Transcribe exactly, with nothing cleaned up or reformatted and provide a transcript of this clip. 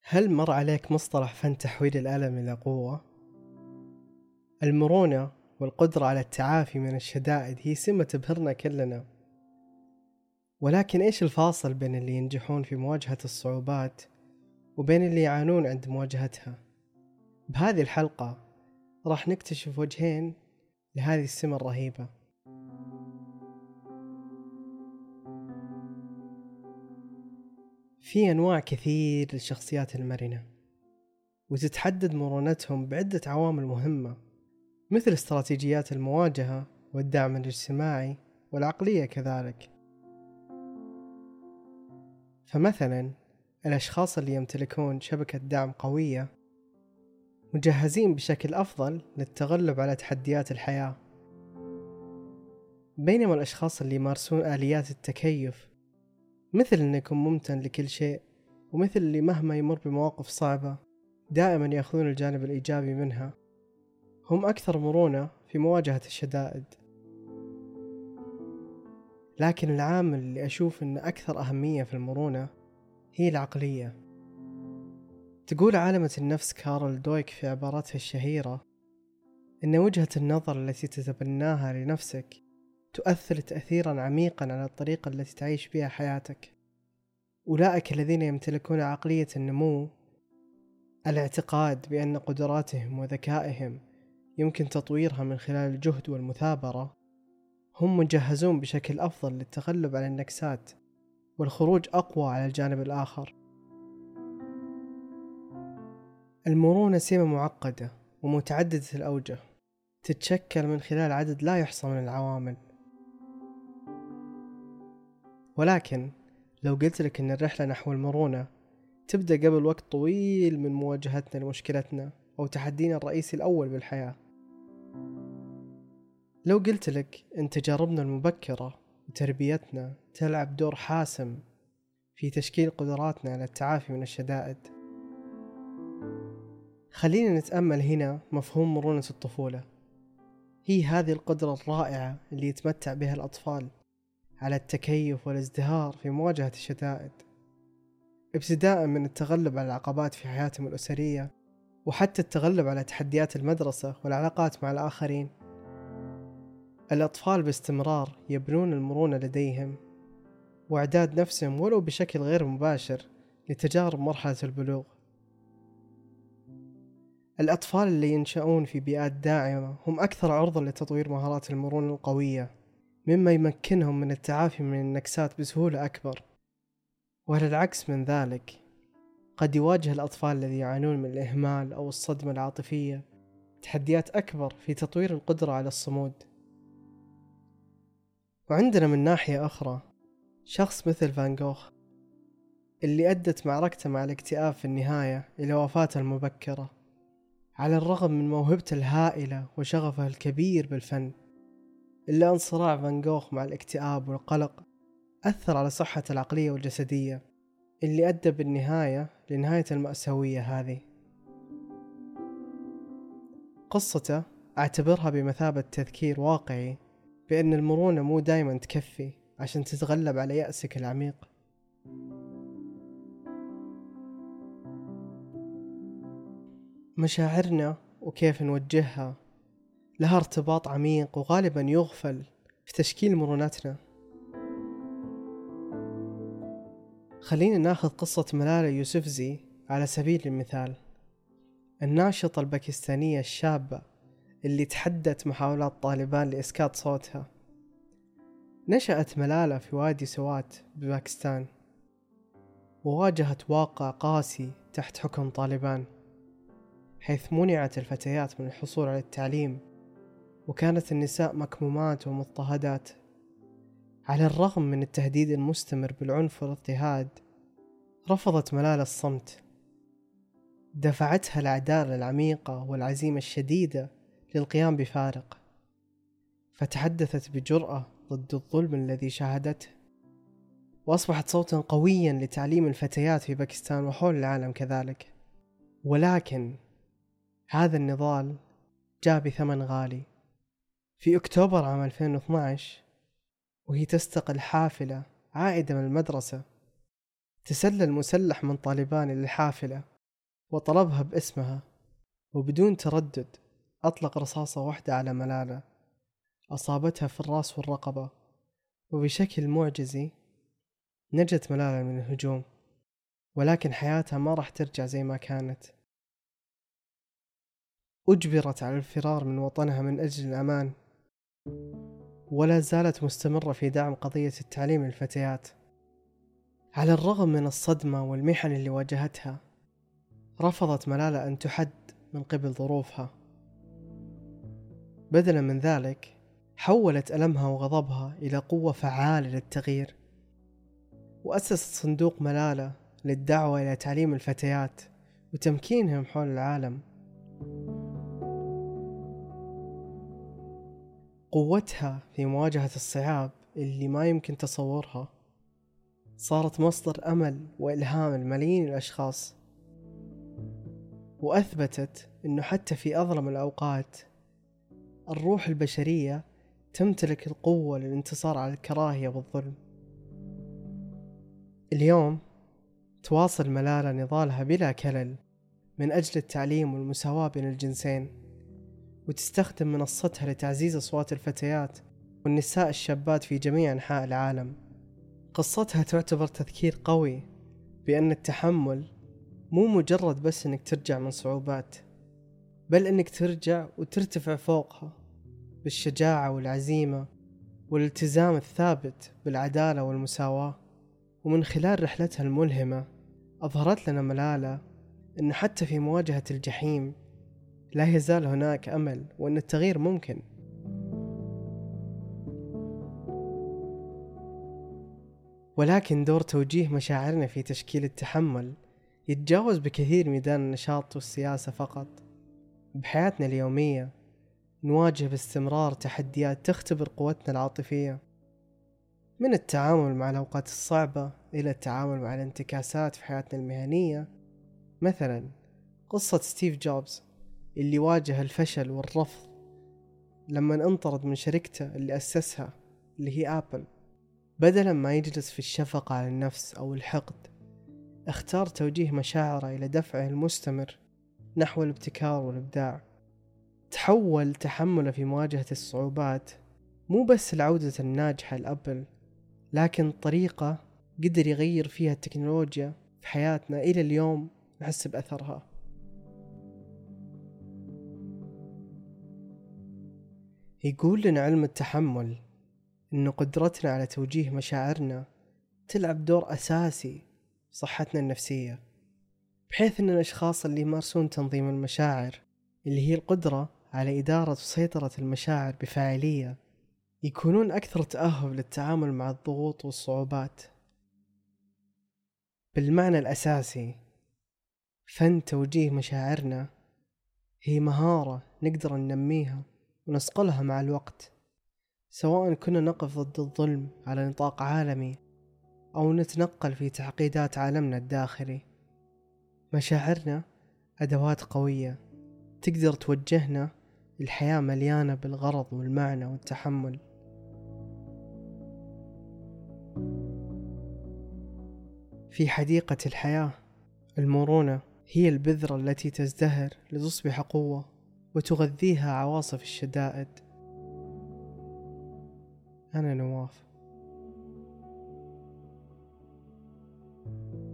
هل مر عليك مصطلح فن تحويل الألم إلى قوة؟ المرونة والقدرة على التعافي من الشدائد هي سمة تبهرنا كلنا، ولكن إيش الفاصل بين اللي ينجحون في مواجهة الصعوبات وبين اللي يعانون عند مواجهتها؟ بهذه الحلقة راح نكتشف وجهين لهذه السمة الرهيبة. في أنواع كثير للشخصيات المرنة، وتتحدد مرونتهم بعدة عوامل مهمة، مثل استراتيجيات المواجهة والدعم الاجتماعي والعقلية كذلك. فمثلا الأشخاص اللي يمتلكون شبكة دعم قوية مجهزين بشكل أفضل للتغلب على تحديات الحياة، بينما الأشخاص اللي يمارسون آليات التكيف، مثل أن يكون ممتن لكل شيء، ومثل اللي مهما يمر بمواقف صعبة دائما يأخذون الجانب الإيجابي منها، هم أكثر مرونة في مواجهة الشدائد. لكن العامل اللي أشوف أنه أكثر أهمية في المرونة هي العقلية. تقول عالمة النفس كارل دويك في عباراتها الشهيرة إن وجهة النظر التي تتبناها لنفسك تؤثر تأثيرا عميقا على الطريقة التي تعيش بها حياتك. أولئك الذين يمتلكون عقلية النمو، الاعتقاد بأن قدراتهم وذكائهم يمكن تطويرها من خلال الجهد والمثابرة، هم مجهزون بشكل أفضل للتغلب على النكسات والخروج أقوى على الجانب الآخر. المرونة سمة معقدة ومتعددة الأوجه، تتشكل من خلال عدد لا يحصى من العوامل. ولكن لو قلت لك أن الرحلة نحو المرونة تبدأ قبل وقت طويل من مواجهتنا لمشكلتنا أو تحدينا الرئيسي الأول بالحياة، لو قلت لك أن تجاربنا المبكرة وتربيتنا تلعب دور حاسم في تشكيل قدراتنا على التعافي من الشدائد، خلينا نتأمل هنا مفهوم مرونة الطفولة. هي هذه القدرة الرائعة اللي يتمتع بها الأطفال على التكيف والازدهار في مواجهة الشدائد، ابتداء من التغلب على العقبات في حياتهم الأسرية، وحتى التغلب على تحديات المدرسة والعلاقات مع الآخرين. الأطفال باستمرار يبنون المرونة لديهم وإعداد نفسهم ولو بشكل غير مباشر لتجارب مرحلة البلوغ. الأطفال اللي ينشأون في بيئات داعمة هم أكثر عرضة لتطوير مهارات المرونة القوية، مما يمكنهم من التعافي من النكسات بسهولة أكبر. وعلى العكس من ذلك، قد يواجه الأطفال الذين يعانون من الإهمال أو الصدمة العاطفية تحديات أكبر في تطوير القدرة على الصمود. وعندنا من ناحية أخرى شخص مثل فان جوخ، اللي أدت معركته مع الاكتئاب في النهاية إلى وفاته المبكرة، على الرغم من موهبته الهائلة وشغفه الكبير بالفن، إلا أن صراع فان جوخ مع الاكتئاب والقلق أثر على صحته العقلية والجسدية، اللي أدى بالنهاية لنهاية المأساوية هذه. قصته أعتبرها بمثابة تذكير واقعي بأن المرونة مو دايما تكفي عشان تتغلب على يأسك العميق. مشاعرنا وكيف نوجهها لها ارتباط عميق وغالبا يغفل في تشكيل مرونتنا. خلينا ناخذ قصة ملالة يوسفزي على سبيل المثال، الناشطة الباكستانية الشابة اللي تحدت محاولات طالبان لإسكات صوتها. نشأت ملالة في وادي سوات بباكستان، وواجهت واقع قاسي تحت حكم طالبان، حيث منعت الفتيات من الحصول على التعليم، وكانت النساء مكمومات ومضطهدات. على الرغم من التهديد المستمر بالعنف والاضطهاد، رفضت ملالة الصمت. دفعتها العدالة العميقة والعزيمة الشديدة للقيام بفارق، فتحدثت بجرأة ضد الظلم الذي شاهدته، وأصبحت صوتا قويا لتعليم الفتيات في باكستان وحول العالم كذلك. ولكن هذا النضال جاء بثمن غالي. في أكتوبر عام ألفين واثني عشر، وهي تستقل حافلة عائدة من المدرسة، تسلل مسلح من طالبان للحافلة وطلبها باسمها، وبدون تردد أطلق رصاصة واحدة على ملالة أصابتها في الرأس والرقبة، وبشكل معجزي نجت ملالة من الهجوم، ولكن حياتها ما راح ترجع زي ما كانت. أجبرت على الفرار من وطنها من أجل الأمان، ولا زالت مستمرة في دعم قضية التعليم للفتيات. على الرغم من الصدمة والمحن اللي واجهتها، رفضت ملالة أن تحد من قبل ظروفها. بدلا من ذلك حولت ألمها وغضبها إلى قوة فعالة للتغيير، وأسست صندوق ملالة للدعوة إلى تعليم الفتيات وتمكينهم حول العالم. قوتها في مواجهة الصعاب اللي ما يمكن تصورها صارت مصدر أمل وإلهام لملايين الأشخاص، وأثبتت أنه حتى في أظلم الأوقات الروح البشرية تمتلك القوة للانتصار على الكراهية والظلم. اليوم تواصل ملالة نضالها بلا كلل من أجل التعليم والمساواة بين الجنسين، وتستخدم منصتها لتعزيز أصوات الفتيات والنساء الشابات في جميع أنحاء العالم. قصتها تعتبر تذكير قوي بأن التحمل مو مجرد بس أنك ترجع من صعوبات، بل أنك ترجع وترتفع فوقها بالشجاعة والعزيمة والالتزام الثابت بالعدالة والمساواة. ومن خلال رحلتها الملهمة أظهرت لنا ملالة أن حتى في مواجهة الجحيم لا يزال هناك أمل، وأن التغيير ممكن. ولكن دور توجيه مشاعرنا في تشكيل التحمل يتجاوز بكثير ميدان النشاط والسياسة فقط. بحياتنا اليومية نواجه باستمرار تحديات تختبر قوتنا العاطفية، من التعامل مع الأوقات الصعبة إلى التعامل مع الانتكاسات في حياتنا المهنية. مثلا قصة ستيف جوبز اللي واجه الفشل والرفض لما انطرد من شركته اللي أسسها اللي هي آبل. بدلا ما يجلس في الشفقة على النفس أو الحقد، اختار توجيه مشاعره إلى دفعه المستمر نحو الابتكار والإبداع. تحول تحمله في مواجهة الصعوبات مو بس العودة الناجحة لأبل، لكن طريقة قدر يغير فيها التكنولوجيا في حياتنا إلى اليوم نحس بأثرها. يقول لنا علم التحمل إنه قدرتنا على توجيه مشاعرنا تلعب دور أساسي في صحتنا النفسية، بحيث أن الأشخاص اللي يمارسون تنظيم المشاعر اللي هي القدرة على إدارة وسيطرة المشاعر بفاعلية يكونون أكثر تأهب للتعامل مع الضغوط والصعوبات. بالمعنى الأساسي، فن توجيه مشاعرنا هي مهارة نقدر ننميها ونصقلها مع الوقت، سواء كنا نقف ضد الظلم على نطاق عالمي أو نتنقل في تعقيدات عالمنا الداخلي. مشاعرنا أدوات قوية تقدر توجهنا للحياة مليانة بالغرض والمعنى والتحمل. في حديقة الحياة، المرونة هي البذرة التي تزدهر لتصبح قوة وتغذيها عواصف الشدائد. أنا نواف.